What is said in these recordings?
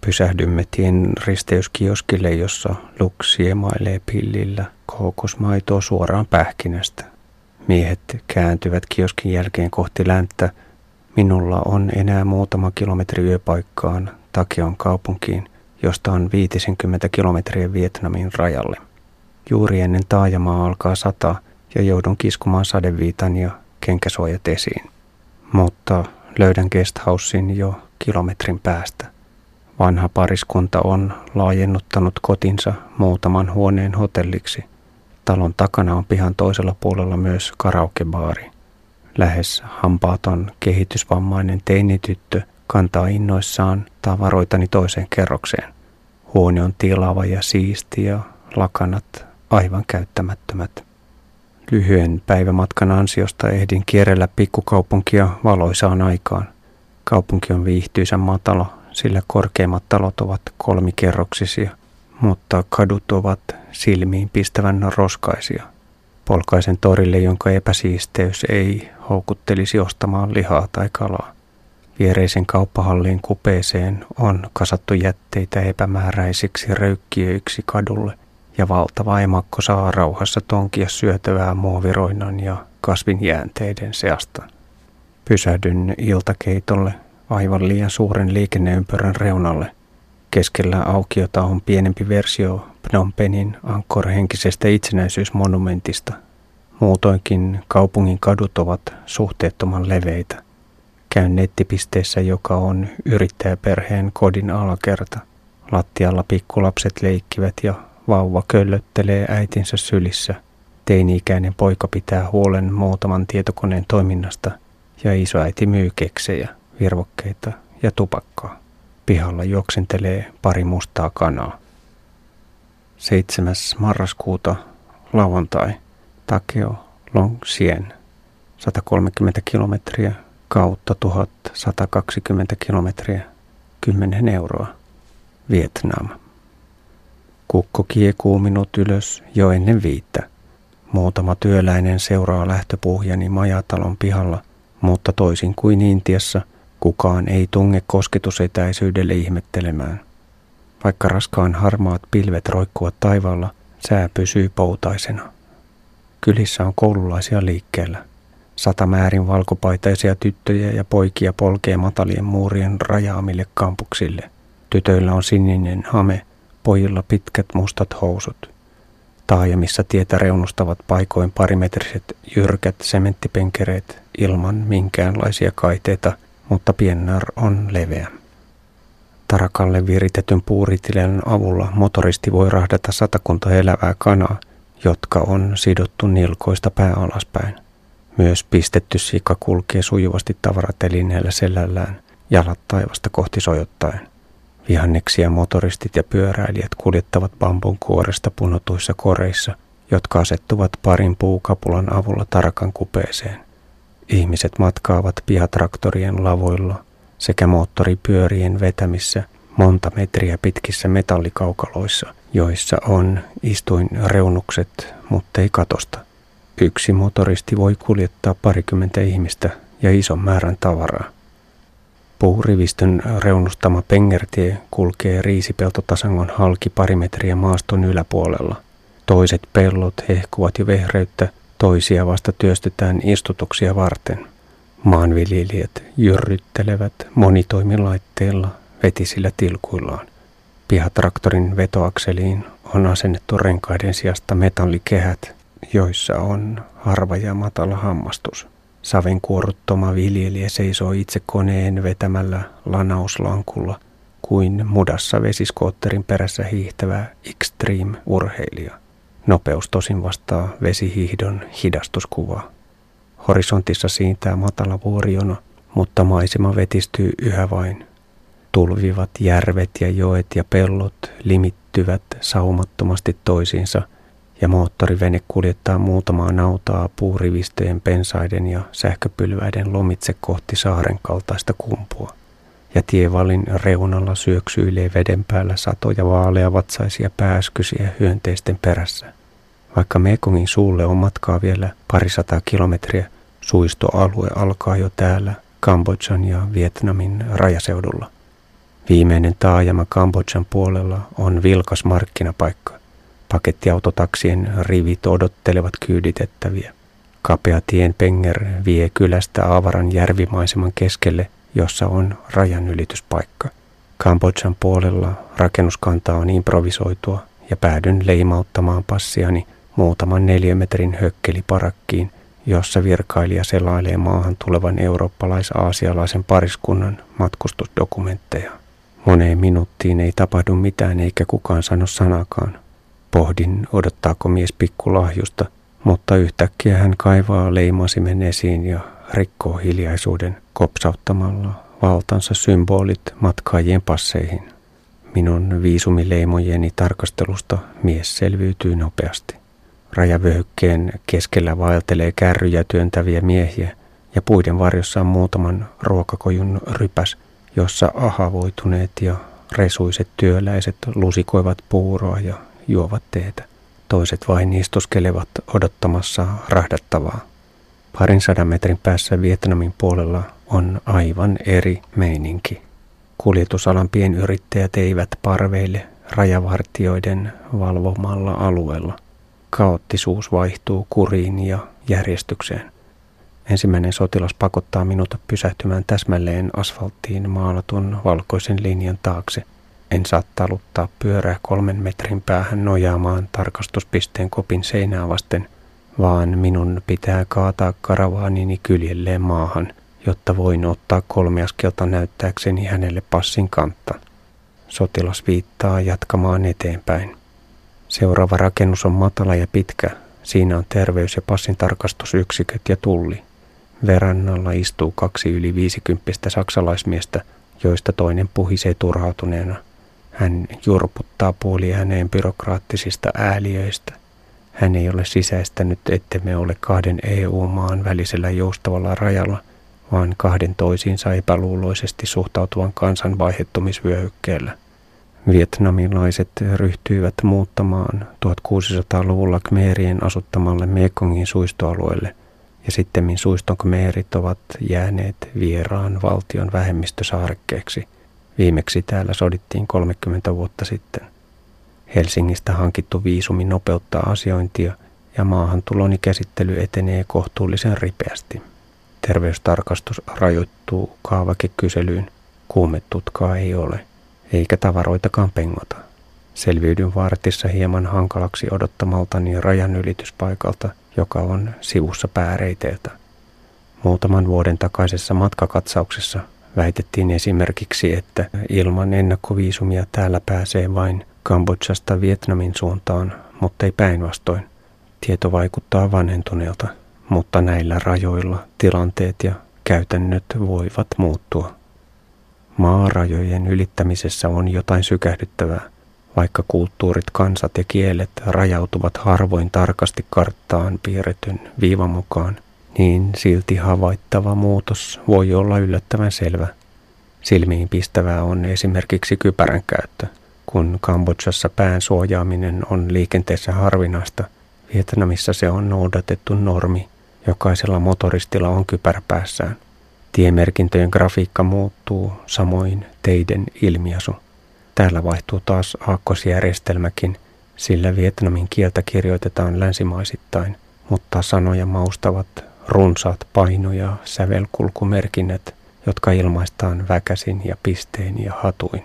Pysähdymme tien risteyskioskille, jossa Lux siemailee pillillä kookosmaitoa suoraan pähkinästä. Miehet kääntyvät kioskin jälkeen kohti länttä. Minulla on enää muutama kilometri yöpaikkaan Takeon kaupunkiin, josta on 50 kilometriä Vietnamin rajalle. Juuri ennen taajamaa alkaa sataa ja joudun kiskumaan sadeviitan ja kenkäsuojat esiin. Mutta löydän guesthousein jo kilometrin päästä. Vanha pariskunta on laajennuttanut kotinsa muutaman huoneen hotelliksi. Talon takana on pihan toisella puolella myös karaokebaari. Lähes hampaaton kehitysvammainen teinityttö kantaa innoissaan tavaroitani toiseen kerrokseen. Huone on tilava ja siisti ja lakanat aivan käyttämättömät. Lyhyen päivämatkan ansiosta ehdin kierrellä pikkukaupunkia valoisaan aikaan. Kaupunki on viihtyisän matala, sillä korkeimmat talot ovat kolmikerroksisia, mutta kadut ovat silmiin pistävän roskaisia. Polkaisen torille, jonka epäsiisteys ei houkuttelisi ostamaan lihaa tai kalaa. Viereisen kauppahallin kupeeseen on kasattu jätteitä epämääräisiksi röykkiöiksi kadulle, ja valtava emakko saa rauhassa tonkia syötävää muoviroinnan ja kasvinjäänteiden seasta. Pysähdyn iltakeitolle aivan liian suuren liikenneympyrän reunalle. Keskellä aukiota on pienempi versio Phnom Penin Angkor-henkisestä itsenäisyysmonumentista. Muutoinkin kaupungin kadut ovat suhteettoman leveitä. Käyn nettipisteessä, joka on yrittäjäperheen kodin alakerta. Lattialla pikkulapset leikkivät ja vauva köllöttelee äitinsä sylissä. Teini-ikäinen poika pitää huolen muutaman tietokoneen toiminnasta ja isoäiti myy keksejä, virvokkeita ja tupakkaa. Pihalla juoksentelee pari mustaa kanaa. 7. marraskuuta lauantai. Takeo Long Sien. 130 kilometriä kautta 1120 kilometriä. 10 euroa. Vietnam. Kukko kiekuu minut ylös jo ennen 5. Muutama työläinen seuraa lähtöpuhjani majatalon pihalla, mutta toisin kuin Intiassa, kukaan ei tunge kosketusetäisyydelle ihmettelemään. Vaikka raskaan harmaat pilvet roikkuvat taivaalla, sää pysyy poutaisena. Kylissä on koululaisia liikkeellä. 100 määrin valkopaitaisia tyttöjä ja poikia polkee matalien muurien rajaamille kampuksille. Tytöillä on sininen hame, pojilla pitkät mustat housut. Taajamissa tietä reunustavat paikoin parimetriset jyrkät sementtipenkereet ilman minkäänlaisia kaiteita, mutta Piennar on leveä. Tarakalle viritetyn puuritilän avulla motoristi voi rahdata 100 elävää kanaa, jotka on sidottu nilkoista pää alaspäin. Myös pistetty sika kulkee sujuvasti tavaratelineellä selällään, jalat taivasta kohti sojottaen. Vihanneksia motoristit ja pyöräilijät kuljettavat bambun kuoresta punotuissa koreissa, jotka asettuvat parin puukapulan avulla tarakan kupeeseen. Ihmiset matkaavat pihatraktorien lavoilla sekä moottoripyörien vetämissä monta metriä pitkissä metallikaukaloissa, joissa on istuinreunukset, mutta ei katosta. Yksi motoristi voi kuljettaa 20 ihmistä ja ison määrän tavaraa. Puurivistön reunustama pengertie kulkee riisipeltotasangon halki pari metriä maaston yläpuolella. Toiset pellot hehkuvat jo vehreyttä, toisia vasta työstetään istutuksia varten. Maanviljelijät jyrryttelevät monitoimilaitteilla vetisillä tilkuillaan. Pihatraktorin vetoakseliin on asennettu renkaiden sijasta metallikehät, joissa on harva ja matala hammastus. Savenkuoruttoma viljelijä seisoo itse koneen vetämällä lanauslankulla kuin mudassa vesiskootterin perässä hiihtävä extreme-urheilija. Nopeus tosin vastaa vesihiihdon hidastuskuvaa. Horisontissa siintää matala vuorijono, mutta maisema vetistyy yhä vain. Tulvivat järvet ja joet ja pellot limittyvät saumattomasti toisiinsa, ja moottorivene kuljettaa muutamaa nautaa puurivistöjen, pensaiden ja sähköpylväiden lomitse kohti saaren kaltaista kumpua. Ja tievallin reunalla syöksyilee veden päällä satoja vaaleavatsaisia pääskysiä hyönteisten perässä. Vaikka Mekongin suulle on matkaa vielä 200 kilometriä, suistoalue alkaa jo täällä Kambodžan ja Vietnamin rajaseudulla. Viimeinen taajama Kambodžan puolella on vilkas markkinapaikka. Pakettiautotaksien rivit odottelevat kyyditettäviä. Kapea tienpenger vie kylästä avaran järvimaiseman keskelle, jossa on rajanylityspaikka. Kambodžan puolella rakennuskanta on improvisoitua ja päädyn leimauttamaan passiani muutaman 4 metrin hökkeliparakkiin, jossa virkailija selailee maahan tulevan eurooppalais-aasialaisen pariskunnan matkustusdokumentteja. Moneen minuuttiin ei tapahdu mitään eikä kukaan sano sanakaan. Pohdin, odottaako mies pikkulahjusta, mutta yhtäkkiä hän kaivaa leimasimen esiin ja rikkoo hiljaisuuden kopsauttamalla valtansa symbolit matkaajien passeihin. Minun viisumileimojeni tarkastelusta mies selviytyy nopeasti. Rajavyöhykkeen keskellä vaeltelee kärryjä työntäviä miehiä ja puiden varjossa on muutaman ruokakojun rypäs, jossa ahavoituneet ja resuiset työläiset lusikoivat puuroa ja juovat teetä. Toiset vain istuskelevat odottamassa rahdattavaa. 200 metrin päässä Vietnamin puolella on aivan eri meininki. Kuljetusalan pienyrittäjät eivät parveile rajavartioiden valvomalla alueella. Kaoottisuus vaihtuu kuriin ja järjestykseen. Ensimmäinen sotilas pakottaa minut pysähtymään täsmälleen asfalttiin maalatun valkoisen linjan taakse. En saa taluttaa pyörää 3 metrin päähän nojaamaan tarkastuspisteen kopin seinää vasten, vaan minun pitää kaataa karavaanini kyljelleen maahan, jotta voin ottaa 3 askelta näyttääkseni hänelle passin kantta. Sotilas viittaa jatkamaan eteenpäin. Seuraava rakennus on matala ja pitkä. Siinä on terveys- ja passin tarkastusyksiköt ja tulli. Verannalla istuu 2 yli 50 saksalaismiestä, joista toinen puhisee turhautuneena. Hän jurputtaa puoliääneen byrokraattisista ääliöistä. Hän ei ole sisäistänyt, ettemme ole 2 EU-maan välisellä joustavalla rajalla, vaan 2 toisiinsa epäluuloisesti suhtautuvan kansan vaihettumisvyöhykkeellä. Vietnamilaiset ryhtyivät muuttamaan 1600-luvulla khmerien asuttamalle Mekongin suistoalueelle, ja sittemmin suiston khmerit ovat jääneet vieraan valtion vähemmistösaarekkeeksi. Viimeksi täällä sodittiin 30 vuotta sitten. Helsingistä hankittu viisumi nopeuttaa asiointia ja maahantuloni käsittely etenee kohtuullisen ripeästi. Terveystarkastus rajoittuu kaavakekyselyyn. Kuumetutkaa ei ole, eikä tavaroitakaan pengota. Selviydyn vartissa hieman hankalaksi odottamaltani rajanylityspaikalta, joka on sivussa pääreiteiltä. Muutaman vuoden takaisessa matkakatsauksessa väitettiin esimerkiksi, että ilman ennakkoviisumia täällä pääsee vain Kambodžasta Vietnamin suuntaan, mutta ei päinvastoin. Tieto vaikuttaa vanhentuneelta, mutta näillä rajoilla tilanteet ja käytännöt voivat muuttua. Maarajojen ylittämisessä on jotain sykähdyttävää, vaikka kulttuurit, kansat ja kielet rajautuvat harvoin tarkasti karttaan piirretyn viivan mukaan, niin silti havaittava muutos voi olla yllättävän selvä. Silmiin pistävää on esimerkiksi kypärän käyttö. Kun Kambodžassa pään suojaaminen on liikenteessä harvinaista, Vietnamissa se on noudatettu normi. Jokaisella motoristilla on kypärä päässään. Tiemerkintöjen grafiikka muuttuu, samoin teiden ilmiasu. Täällä vaihtuu taas aakkosjärjestelmäkin, sillä Vietnamin kieltä kirjoitetaan länsimaisittain, mutta sanoja maustavat runsaat paino- ja sävelkulkumerkinnät, jotka ilmaistaan väkäsin ja pistein ja hatuin.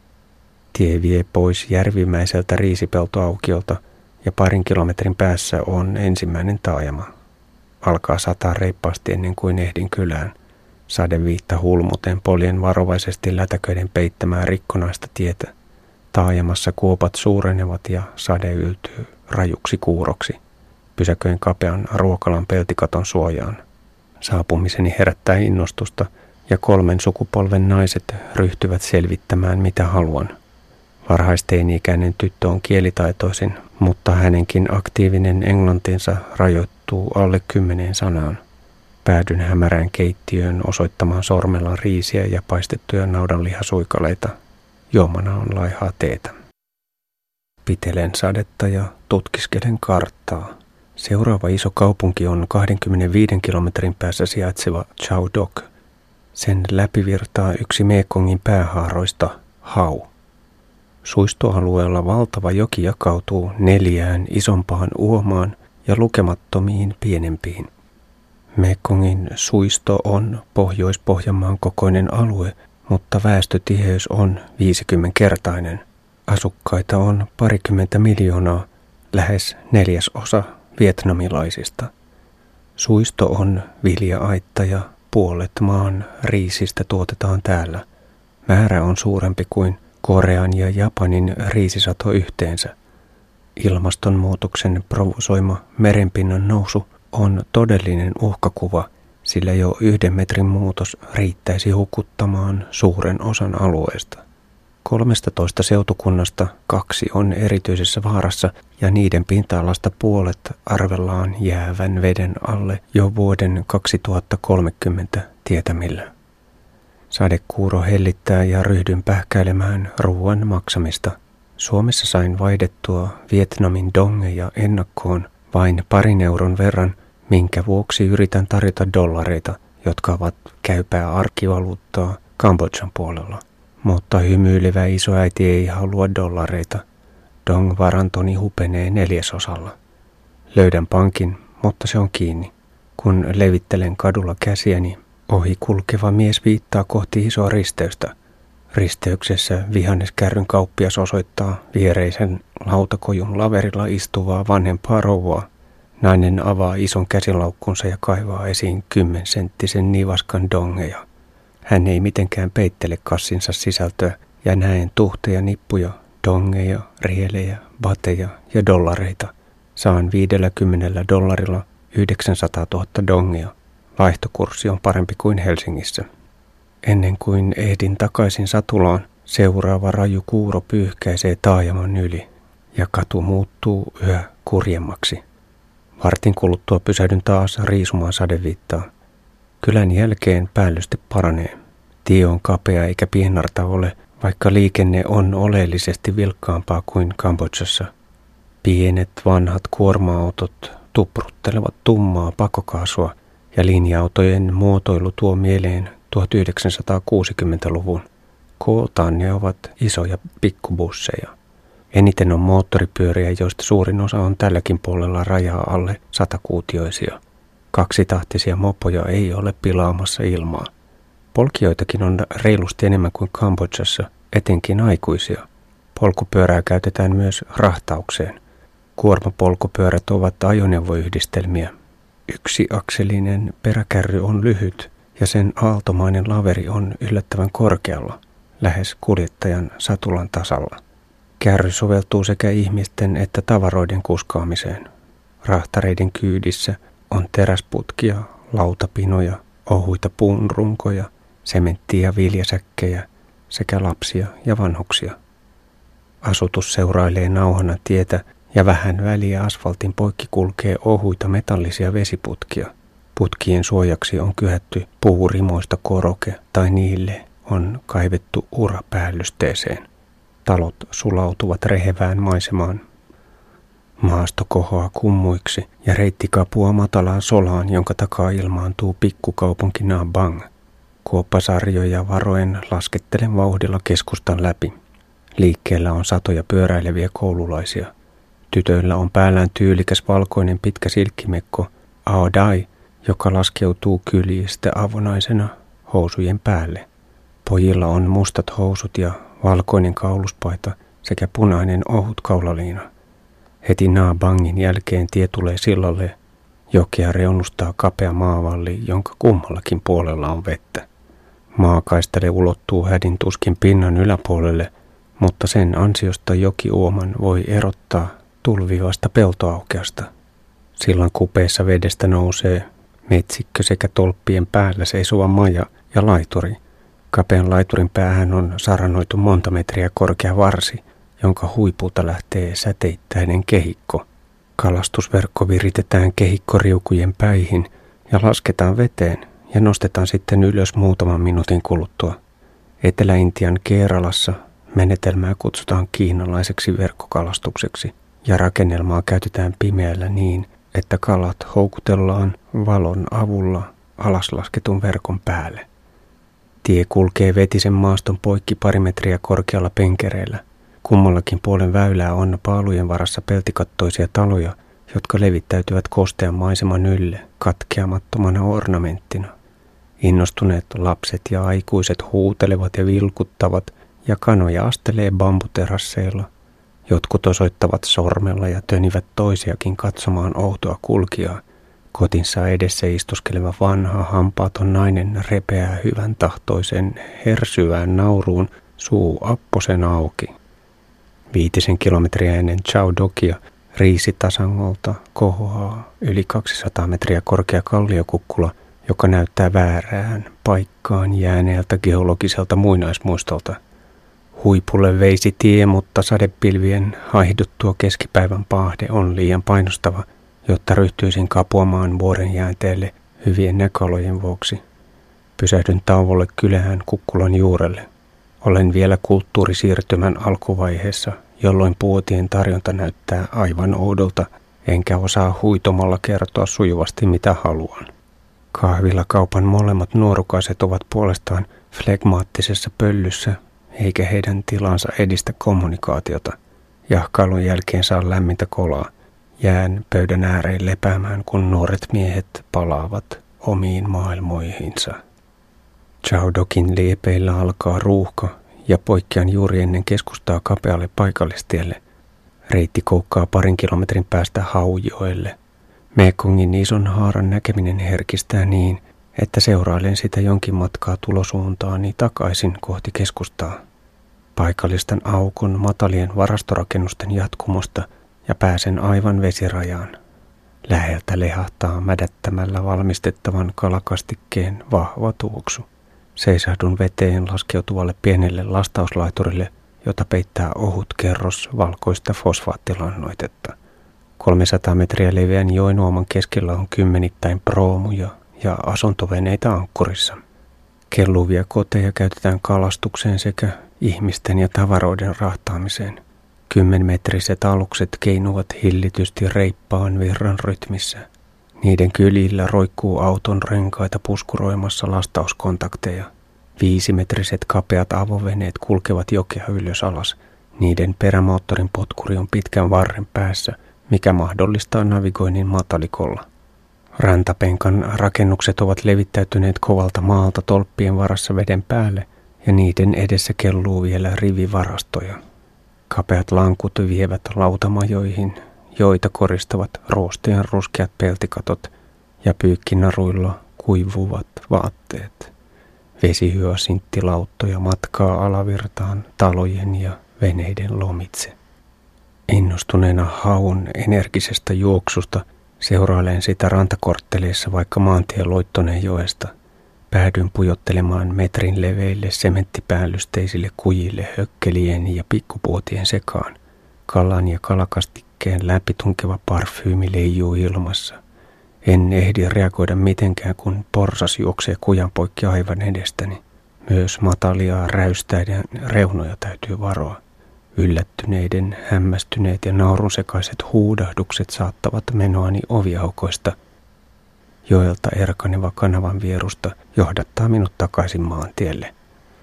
Tie vie pois järvimäiseltä riisipeltoaukiolta ja 2 kilometrin päässä on ensimmäinen taajama. Alkaa sataa reippaasti ennen kuin ehdin kylään. Sadeviitta hulmuten poljen varovaisesti lätäköiden peittämään rikkonaista tietä. Taajamassa kuopat suurenevat ja sade yltyy rajuksi kuuroksi. Pysäköin kapean ruokalan peltikaton suojaan. Saapumiseni herättää innostusta ja 3 sukupolven naiset ryhtyvät selvittämään mitä haluan. Varhaisteini-ikäinen tyttö on kielitaitoisin, mutta hänenkin aktiivinen englantinsa rajoittuu alle 10 sanaan. Päädyn hämärään keittiöön osoittamaan sormella riisiä ja paistettuja naudanlihasuikaleita. Juomana on laihaa teetä. Pitelen sadetta ja tutkiskelen karttaa. Seuraava iso kaupunki on 25 kilometrin päässä sijaitseva Chau Doc. Sen läpivirtaa yksi Mekongin päähaaroista, hau. Suistoalueella valtava joki jakautuu 4 isompaan uomaan ja lukemattomiin pienempiin. Mekongin suisto on Pohjois-Pohjanmaan kokoinen alue, mutta väestötiheys on 50-kertainen. Asukkaita on 20 miljoonaa, lähes 1/4 vietnamilaisista. Suisto on vilja-aitta ja puolet maan riisistä tuotetaan täällä. Määrä on suurempi kuin Korean ja Japanin riisisato yhteensä. Ilmastonmuutoksen provosoima merenpinnan nousu on todellinen uhkakuva, sillä jo 1 metrin muutos riittäisi hukuttamaan suuren osan alueesta. 13 seutukunnasta 2 on erityisessä vaarassa ja niiden pinta-alasta puolet arvellaan jäävän veden alle jo vuoden 2030 tietämillä. Sadekuuro hellittää ja ryhdyn pähkäilemään ruoan maksamista. Suomessa sain vaihdettua Vietnamin dongeja ennakkoon vain 2 euron verran, minkä vuoksi yritän tarjota dollareita, jotka ovat käypää arkivaluuttaa Kambodžan puolella. Mutta hymyilevä isoäiti ei halua dollareita. Dong-varantoni hupenee 4/4. Löydän pankin, mutta se on kiinni. Kun levittelen kadulla käsiäni, ohi kulkeva mies viittaa kohti isoa risteystä. Risteyksessä vihanneskärryn kauppias osoittaa viereisen lautakojun laverilla istuvaa vanhempaa rouvaa. Nainen avaa ison käsilaukkunsa ja kaivaa esiin 10-senttisen nivaskan dongeja. Hän ei mitenkään peittele kassinsa sisältöä ja näen tuhteja nippuja, dongeja, rielejä, bateja ja dollareita. Saan 50 dollarilla 900 000 dongia. Vaihtokurssi on parempi kuin Helsingissä. Ennen kuin ehdin takaisin satulaan, seuraava raju kuuro pyyhkäisee taajaman yli ja katu muuttuu yhä kurjemmaksi. Vartin kuluttua pysähdyn taas riisumaan sadeviittaa. Kylän jälkeen päällyste paranee. Tie on kapea eikä pienarta ole, vaikka liikenne on oleellisesti vilkkaampaa kuin Kambodžassa. Pienet vanhat kuorma-autot tupruttelevat tummaa pakokaasua ja linja-autojen muotoilu tuo mieleen 1960-luvun. Kooltaan ne ovat isoja pikkubusseja. Eniten on moottoripyöriä, joista suurin osa on tälläkin puolella rajaa alle 100-kuutioisia. 2-tahtisia mopoja ei ole pilaamassa ilmaa. Polkijoitakin on reilusti enemmän kuin Kambodžassa, etenkin aikuisia. Polkupyörää käytetään myös rahtaukseen. Kuormapolkupyörät ovat ajoneuvoyhdistelmiä. 1-akselinen peräkärry on lyhyt ja sen aaltomainen laveri on yllättävän korkealla, lähes kuljettajan satulan tasalla. Kärry soveltuu sekä ihmisten että tavaroiden kuskaamiseen. Rahtareiden kyydissä on teräsputkia, lautapinoja, ohuita puunrunkoja, sementtiä ja viljasäkkejä sekä lapsia ja vanhuksia. Asutus seurailee nauhana tietä ja vähän väliä asfaltin poikki kulkee ohuita metallisia vesiputkia. Putkien suojaksi on kyhätty puurimoista koroke tai niille on kaivettu ura päällysteeseen. Talot sulautuvat rehevään maisemaan. Maasto kohoaa kummuiksi ja reitti kapuaa matalaan solaan, jonka takaa ilmaantuu pikkukaupunki Nha Bang. Kuoppasarjoja varoen laskettelen vauhdilla keskustan läpi. Liikkeellä on satoja pyöräileviä koululaisia. Tytöillä on päällään tyylikäs valkoinen pitkä silkkimekko Ao Dai, joka laskeutuu kyljistä avonaisena housujen päälle. Pojilla on mustat housut ja valkoinen kauluspaita sekä punainen ohut kaulaliina. Heti Nha Bangin jälkeen tie tulee sillalle. Jokea reunustaa kapea maavalli, jonka kummallakin puolella on vettä. Maakaistale ulottuu hädin tuskin pinnan yläpuolelle, mutta sen ansiosta jokiuoman voi erottaa tulvivasta peltoaukeasta. Sillan kupeessa vedestä nousee metsikkö sekä tolppien päällä seisova maja ja laituri. Kapean laiturin päähän on saranoitu monta metriä korkea varsi, jonka huipulta lähtee säteittäinen kehikko. Kalastusverkko viritetään kehikkoriukujen päihin ja lasketaan veteen ja nostetaan sitten ylös muutaman minuutin kuluttua. Etelä-Intian Keralassa menetelmää kutsutaan kiinalaiseksi verkkokalastukseksi ja rakennelmaa käytetään pimeällä niin, että kalat houkutellaan valon avulla alaslasketun verkon päälle. Tie kulkee vetisen maaston poikki 2 metriä korkealla penkereillä. Kummallakin puolen väylää on paalujen varassa peltikattoisia taloja, jotka levittäytyvät kostean maiseman ylle katkeamattomana ornamenttina. Innostuneet lapset ja aikuiset huutelevat ja vilkuttavat, ja kanoja astelee bambuterasseilla. Jotkut osoittavat sormella ja tönivät toisiakin katsomaan outoa kulkijaa. Kotinsa edessä istuskeleva vanha hampaaton nainen repeää hyvän tahtoisen hersyvään nauruun suu apposen auki. 5 kilometriä ennen Chowdokia Riisitasangolta kohoaa yli 200 metriä korkea kalliokukkula, joka näyttää väärään paikkaan jääneeltä geologiselta muinaismuistolta. Huipulle veisi tie, mutta sadepilvien haihduttua keskipäivän paahde on liian painostava, jotta ryhtyisin kapuamaan vuoren jäänteelle hyvien näköalojen vuoksi. Pysähdyn tauolle kylään kukkulan juurelle. Olen vielä kulttuurisiirtymän alkuvaiheessa, jolloin puotien tarjonta näyttää aivan oudolta, enkä osaa huitomalla kertoa sujuvasti mitä haluan. Kahvilakaupan molemmat nuorukaiset ovat puolestaan flegmaattisessa pöllyssä, eikä heidän tilansa edistä kommunikaatiota. Jahkailun jälkeen saa lämmintä kolaa. Jään pöydän ääreen lepäämään, kun nuoret miehet palaavat omiin maailmoihinsa. Chowdokin liepeillä alkaa ruuhka ja poikkean juuri ennen keskustaa kapealle paikallistielle. Reitti koukkaa 2 kilometrin päästä Haujoelle. Mekongin ison haaran näkeminen herkistää niin, että seurailen sitä jonkin matkaa tulosuuntaani takaisin kohti keskustaa. Paikallistan aukon matalien varastorakennusten jatkumosta ja pääsen aivan vesirajaan. Läheltä lehahtaa mädättämällä valmistettavan kalakastikkeen vahva tuoksu. Seisahdun veteen laskeutuvalle pienelle lastauslaiturille, jota peittää ohut kerros valkoista fosfaattilannoitetta. 300 metriä leveän joenuoman keskellä on kymmenittäin proomuja ja asuntoveneitä ankkurissa. Kelluvia koteja käytetään kalastukseen sekä ihmisten ja tavaroiden rahtaamiseen. 10-metriset alukset keinuvat hillitysti reippaan virran rytmissä. Niiden kyljillä roikkuu auton renkaita puskuroimassa lastauskontakteja. 5-metriset kapeat avoveneet kulkevat jokea ylös alas. Niiden perämoottorin potkuri on pitkän varren päässä, mikä mahdollistaa navigoinnin matalikolla. Rantapenkan rakennukset ovat levittäytyneet kovalta maalta tolppien varassa veden päälle ja niiden edessä kelluu vielä rivivarastoja. Kapeat lankut vievät lautamajoihin, joita koristavat roostean ruskeat peltikatot ja pyykkinaruilla kuivuvat vaatteet. Vesihyasinittilauttoja matkaa alavirtaan talojen ja veneiden lomitse. Innostuneena haun energisestä juoksusta seurailen sitä rantakortteleissa vaikka maantie loittoneen joesta. Päädyin pujottelemaan metrin leveille sementtipäällysteisille kujille hökkelien ja pikkupuotien sekaan. Kalan ja kalakastikkeen läpitunkeva parfyymi leijuu ilmassa. En ehdi reagoida mitenkään, kun porsas juoksee kujan poikki aivan edestäni. Myös matalia räystäiden reunoja täytyy varoa. Yllättyneiden, hämmästyneet ja naurunsekaiset huudahdukset saattavat menoani oviaukoista. Joelta erkaneva kanavan vierusta johdattaa minut takaisin maantielle.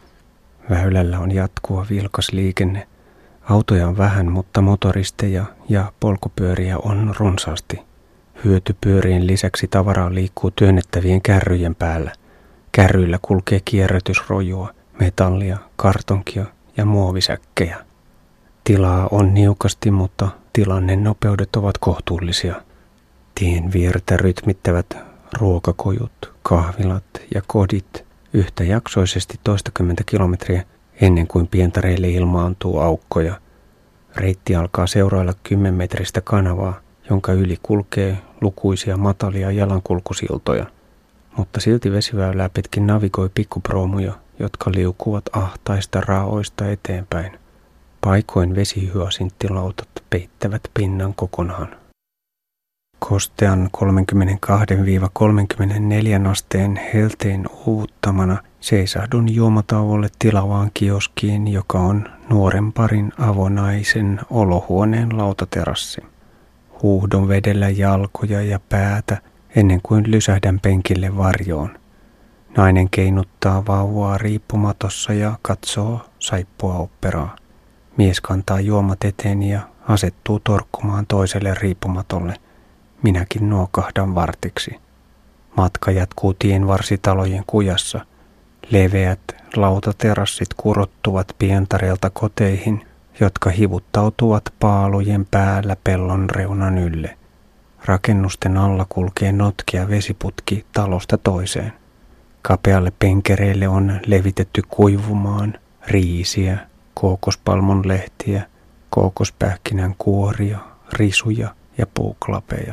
Väylällä on jatkuva vilkas liikenne. Autoja on vähän, mutta motoristeja ja polkupyöriä on runsaasti. Hyötypyörien lisäksi tavaraa liikkuu työnnettävien kärryjen päällä. Kärryillä kulkee kierrätysrojua, metallia, kartonkia ja muovisäkkejä. Tilaa on niukasti, mutta tilannenopeudet ovat kohtuullisia. Tien viertä rytmittävät ruokakojut, kahvilat ja kodit yhtäjaksoisesti 20 kilometriä ennen kuin pientareille ilmaantuu aukkoja. Reitti alkaa seurailla 10-metristä kanavaa, jonka yli kulkee lukuisia matalia jalankulkusiltoja. Mutta silti vesiväylää pitkin navigoi pikkuproomuja, jotka liukuvat ahtaista raaoista eteenpäin. Paikoin vesihyasinittilautat peittävät pinnan kokonaan. Kostean 32-34 asteen helteen uuttamana seisahdun juomatauolle tilavaan kioskiin, joka on nuoren parin avonaisen olohuoneen lautaterassi. Huuhdon vedellä jalkoja ja päätä ennen kuin lysähdän penkille varjoon. Nainen keinuttaa vauvaa riippumatossa ja katsoo saippua oopperaa. Mies kantaa juomat eteen ja asettuu torkkumaan toiselle riippumatolle. Minäkin nuokahdan vartiksi. Matka jatkuu tienvarsitalojen kujassa. Leveät lautaterassit kurottuvat pientareelta koteihin, jotka hivuttautuvat paalujen päällä pellon reunan ylle. Rakennusten alla kulkee notkea vesiputki talosta toiseen. Kapealle penkereille on levitetty kuivumaan riisiä, kookospalmun lehtiä, kookospähkinän kuoria, risuja ja puuklapeja.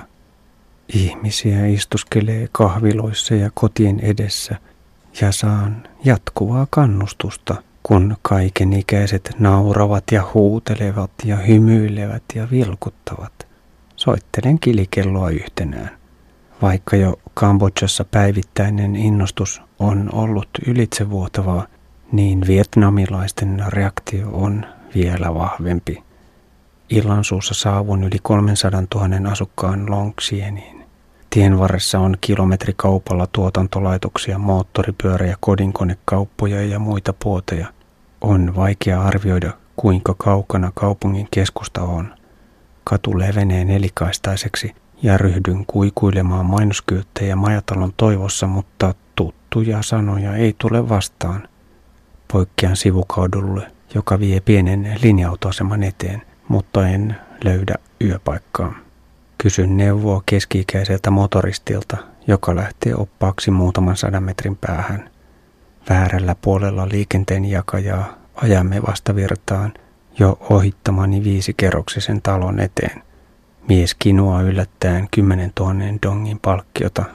Ihmisiä istuskelee kahviloissa ja kotien edessä ja saan jatkuvaa kannustusta, kun kaikenikäiset nauravat ja huutelevat ja hymyilevät ja vilkuttavat. Soittelen kilikelloa yhtenään. Vaikka jo Kambodžassa päivittäinen innostus on ollut ylitsevuotavaa, niin vietnamilaisten reaktio on vielä vahvempi. Illansuussa saavun yli 300 000 asukkaan Long Xieniin. Tien varressa on kilometrikaupalla tuotantolaitoksia, moottoripyöriä, kodinkonekauppoja ja muita puoteja. On vaikea arvioida, kuinka kaukana kaupungin keskusta on. Katu levenee nelikaistaiseksi ja ryhdyn kuikuilemaan mainoskylttejä majatalon toivossa, mutta tuttuja sanoja ei tule vastaan. Poikkean sivukaudulle, joka vie pienen linja-autoaseman eteen, mutta en löydä yöpaikkaa. Kysyn neuvoa keski-ikäiseltä motoristilta, joka lähtee oppaaksi muutaman 100 metrin päähän. Väärällä puolella liikenteen jakajaa ajamme vastavirtaan jo ohittamani 5-kerroksisen talon eteen. Mies kinoaa yllättäen 10 000 dongin palkkiota,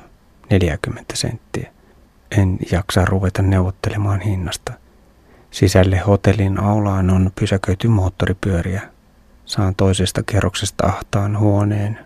40 senttiä. En jaksa ruveta neuvottelemaan hinnasta. Sisälle hotellin aulaan on pysäköity moottoripyöriä. Saan toisesta kerroksesta ahtaan huoneen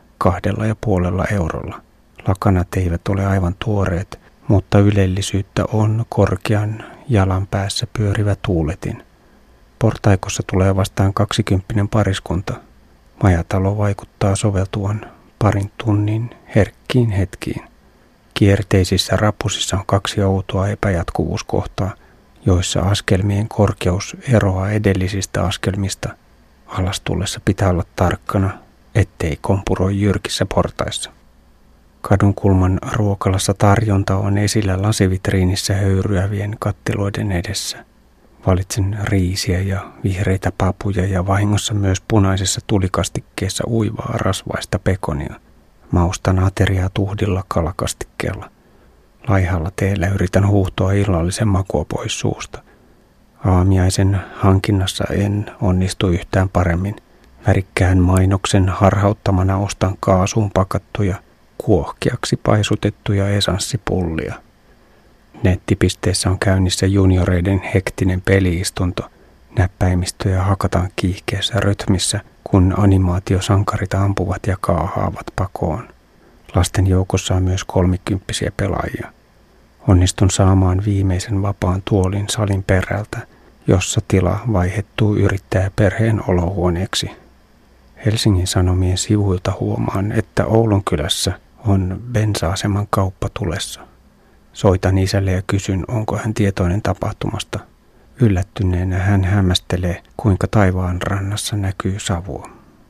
2,5 eurolla. Lakanat eivät ole aivan tuoreet, mutta ylellisyyttä on korkean jalan päässä pyörivä tuuletin. Portaikossa tulee vastaan 20 pariskunta. Majatalo vaikuttaa soveltuvan parin tunnin herkkiin hetkiin. Kierteisissä rapusissa on 2 outoa epäjatkuvuuskohtaa, joissa askelmien korkeus eroaa edellisistä askelmista. Alastullessa pitää olla tarkkana, ettei kompuroi jyrkissä portaissa. Kadunkulman ruokalassa tarjonta on esillä lasivitriinissä höyryävien kattiloiden edessä. Valitsen riisiä ja vihreitä papuja ja vahingossa myös punaisessa tulikastikkeessa uivaa rasvaista pekonia. Maustan ateriaa tuhdilla kalakastikkeella. Laihalla teellä yritän huuhtoa illallisen makua pois suusta. Aamiaisen hankinnassa en onnistu yhtään paremmin. Värikkään mainoksen harhauttamana ostan kaasuun pakattuja, kuohkeaksi paisutettuja esanssipullia. Nettipisteessä on käynnissä junioreiden hektinen peliistunto. Näppäimistöjä hakataan kiihkeässä rytmissä, kun animaatiosankarit ampuvat ja kaahaavat pakoon. Lasten joukossa on myös 30 pelaajia. Onnistun saamaan viimeisen vapaan tuolin salin perältä, jossa tila vaihettuu yrittäjäperheen olohuoneeksi. Helsingin Sanomien sivuilta huomaan, että Oulun kylässä on bensa-aseman kauppa tulessa. Soitan isälle ja kysyn, onko hän tietoinen tapahtumasta. Yllättyneenä hän hämmästelee, kuinka taivaan rannassa näkyy savua.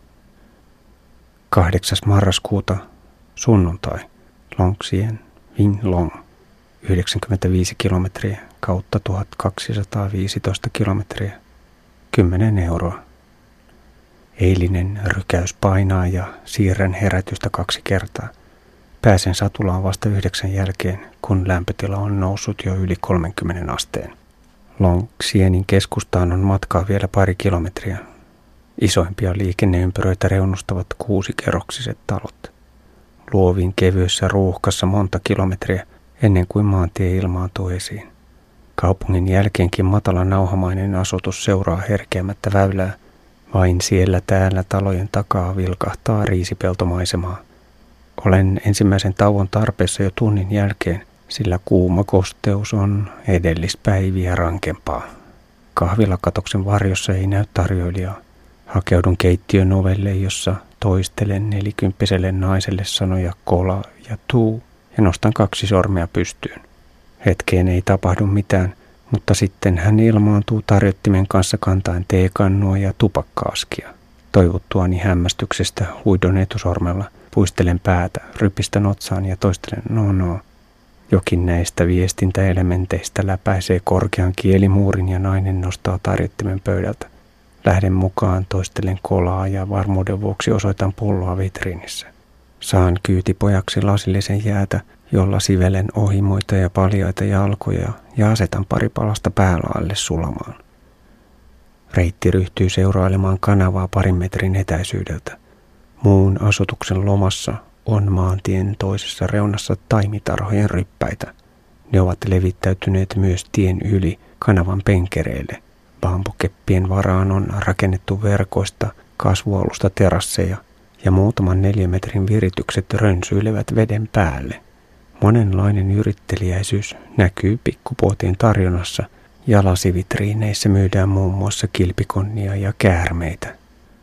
8. marraskuuta, sunnuntai, Long Xien, Vinh Long, 95 kilometriä kautta 1215 kilometriä, 10 euroa. Eilinen rykäys painaa ja siirrän herätystä 2 kertaa. Pääsen Satulaan vasta 9 jälkeen, kun lämpötila on noussut jo yli 30 asteen. Long Xienin keskustaan on matkaa vielä pari kilometriä. Isoimpia liikenneympyröitä reunustavat 6-kerroksiset talot. Luovin kevyessä ruuhkassa monta kilometriä ennen kuin maantie ilmaantuu esiin. Kaupungin jälkeenkin matala nauhamainen asutus seuraa herkeämättä väylää. Vain siellä täällä talojen takaa vilkahtaa riisipeltomaisemaa. Olen ensimmäisen tauon tarpeessa jo tunnin jälkeen, sillä kuuma kosteus on edellispäiviä rankempaa. Kahvilakatoksen varjossa ei näy tarjoilijaa. Hakeudun keittiön ovelle, jossa toistelen 40-vuotiaalle naiselle sanoja kola ja tuu ja nostan 2 sormea pystyyn. Hetkeen ei tapahdu mitään, mutta sitten hän ilmaantuu tarjottimen kanssa kantaen teekannua ja tupakkaaskia. Toivuttuani hämmästyksestä huidon etusormella, puistelen päätä, rypistän otsaan ja toistelen no. Jokin näistä viestintäelementeistä läpäisee korkean kielimuurin ja nainen nostaa tarjottimen pöydältä. Lähden mukaan, toistelen kolaa ja varmuuden vuoksi osoitan pulloa vitriinissä. Saan kyytipojaksi lasillisen jäätä, jolla sivelen ohi muita ja paljaita jalkoja ja asetan pari palasta päälaelle sulamaan. Reitti ryhtyy seurailemaan kanavaa parin metrin etäisyydeltä. Muun asutuksen lomassa on maantien toisessa reunassa taimitarhojen ryppäitä. Ne ovat levittäytyneet myös tien yli kanavan penkereille. Bambukeppien varaan on rakennettu verkoista kasvualusta terasseja ja muutaman 4 metrin viritykset rönsyilevät veden päälle. Monenlainen yritteliäisyys näkyy pikkupuotien tarjonnassa ja lasivitriineissä myydään muun muassa kilpikonnia ja käärmeitä.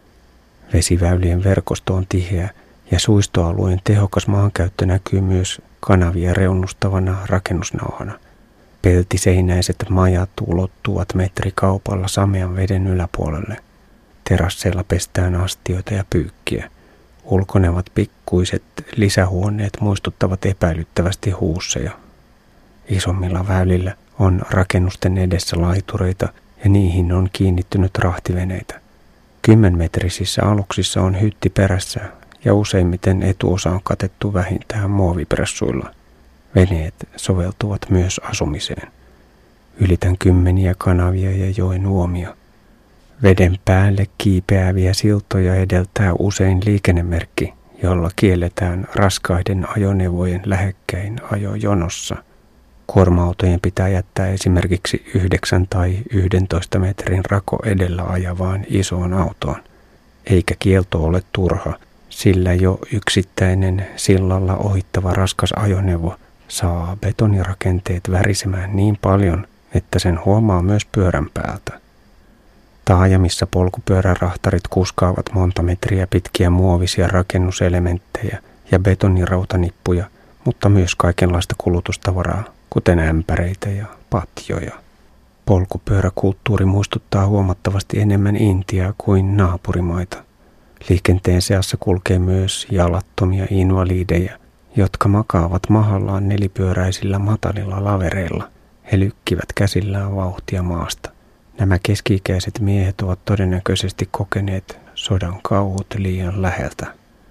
Vesiväylien verkosto on tiheä ja suistoalueen tehokas maankäyttö näkyy myös kanavia reunustavana rakennusnauhana. Peltiseinäiset majat ulottuvat metrikaupalla samean veden yläpuolelle. Terasseilla pestään astioita ja pyykkiä. Ulkonevat pikkuiset lisähuoneet muistuttavat epäilyttävästi huusseja. Isommilla väylillä on rakennusten edessä laitureita ja niihin on kiinnittynyt rahtiveneitä. 10-metrisissä aluksissa on hytti perässä ja useimmiten etuosa on katettu vähintään muovipressuilla. Veneet soveltuvat myös asumiseen. Ylitän kymmeniä kanavia ja joen uomia. Veden päälle kiipeäviä siltoja edeltää usein liikennemerkki, jolla kielletään raskaiden ajoneuvojen lähekkäin ajo jonossa. Kuorma-autojen pitää jättää esimerkiksi 9 tai 11 metrin rako edellä ajavaan isoon autoon. Eikä kielto ole turha, sillä jo yksittäinen sillalla ohittava raskas ajoneuvo saa betonirakenteet värisemään niin paljon, että sen huomaa myös pyörän päältä. Taajamissa polkupyörärahtarit kuskaavat monta metriä pitkiä muovisia rakennuselementtejä ja betonirautanippuja, mutta myös kaikenlaista kulutustavaraa, kuten ämpäreitä ja patjoja. Polkupyöräkulttuuri muistuttaa huomattavasti enemmän Intiaa kuin naapurimaita. Liikenteen seassa kulkee myös jalattomia invalideja, jotka makaavat mahallaan nelipyöräisillä matalilla lavereilla. He lykkivät käsillään vauhtia maasta. Nämä keski-ikäiset miehet ovat todennäköisesti kokeneet sodan kauhut liian läheltä.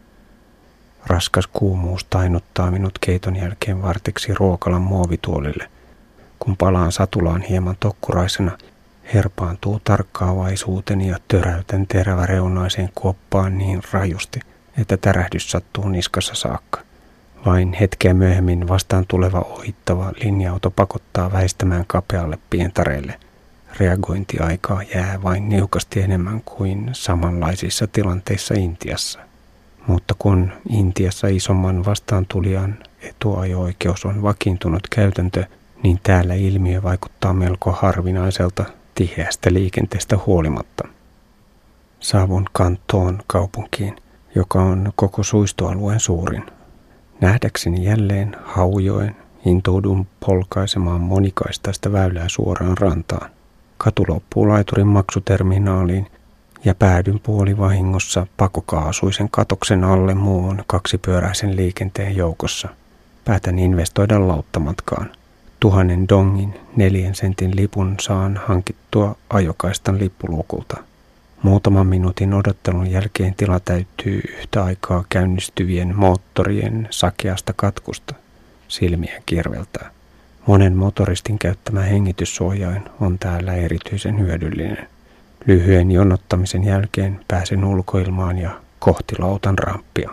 Raskas kuumuus tainuttaa minut keiton jälkeen vartiksi ruokalan muovituolille. Kun palaan satulaan hieman tokkuraisena, herpaantuu tarkkaavaisuuteni ja töräytän teräväreunaiseen kuoppaan niin rajusti, että tärähdys sattuu niskassa saakka. Vain hetkeä myöhemmin vastaan tuleva ohittava linja-auto pakottaa väistämään kapealle pientareelle. Reagointiaikaa jää vain niukasti enemmän kuin samanlaisissa tilanteissa Intiassa. Mutta kun Intiassa isomman vastaantulijan etuajo-oikeus on vakiintunut käytäntö, niin täällä ilmiö vaikuttaa melko harvinaiselta tiheästä liikenteestä huolimatta. Saavun Kantoon kaupunkiin, joka on koko suistoalueen suurin. Nähdäkseni jälleen Haujoen intoudun polkaisemaan monikaistaista väylää suoraan rantaan. Katu loppuu laiturin maksuterminaaliin ja päädyn puolivahingossa pakokaasuisen katoksen alle muun kaksipyöräisen liikenteen joukossa. Päätän investoida lauttamatkaan. 1000 dongin 4 sentin lipun saan hankittua ajokaistan lippuluukulta. Muutaman minuutin odottelun jälkeen tila täyttyy yhtä aikaa käynnistyvien moottorien sakeasta katkusta. Silmiä kirveltää. Monen motoristin käyttämä hengityssuojain on täällä erityisen hyödyllinen. Lyhyen jonottamisen jälkeen pääsen ulkoilmaan ja kohti lautan ramppia.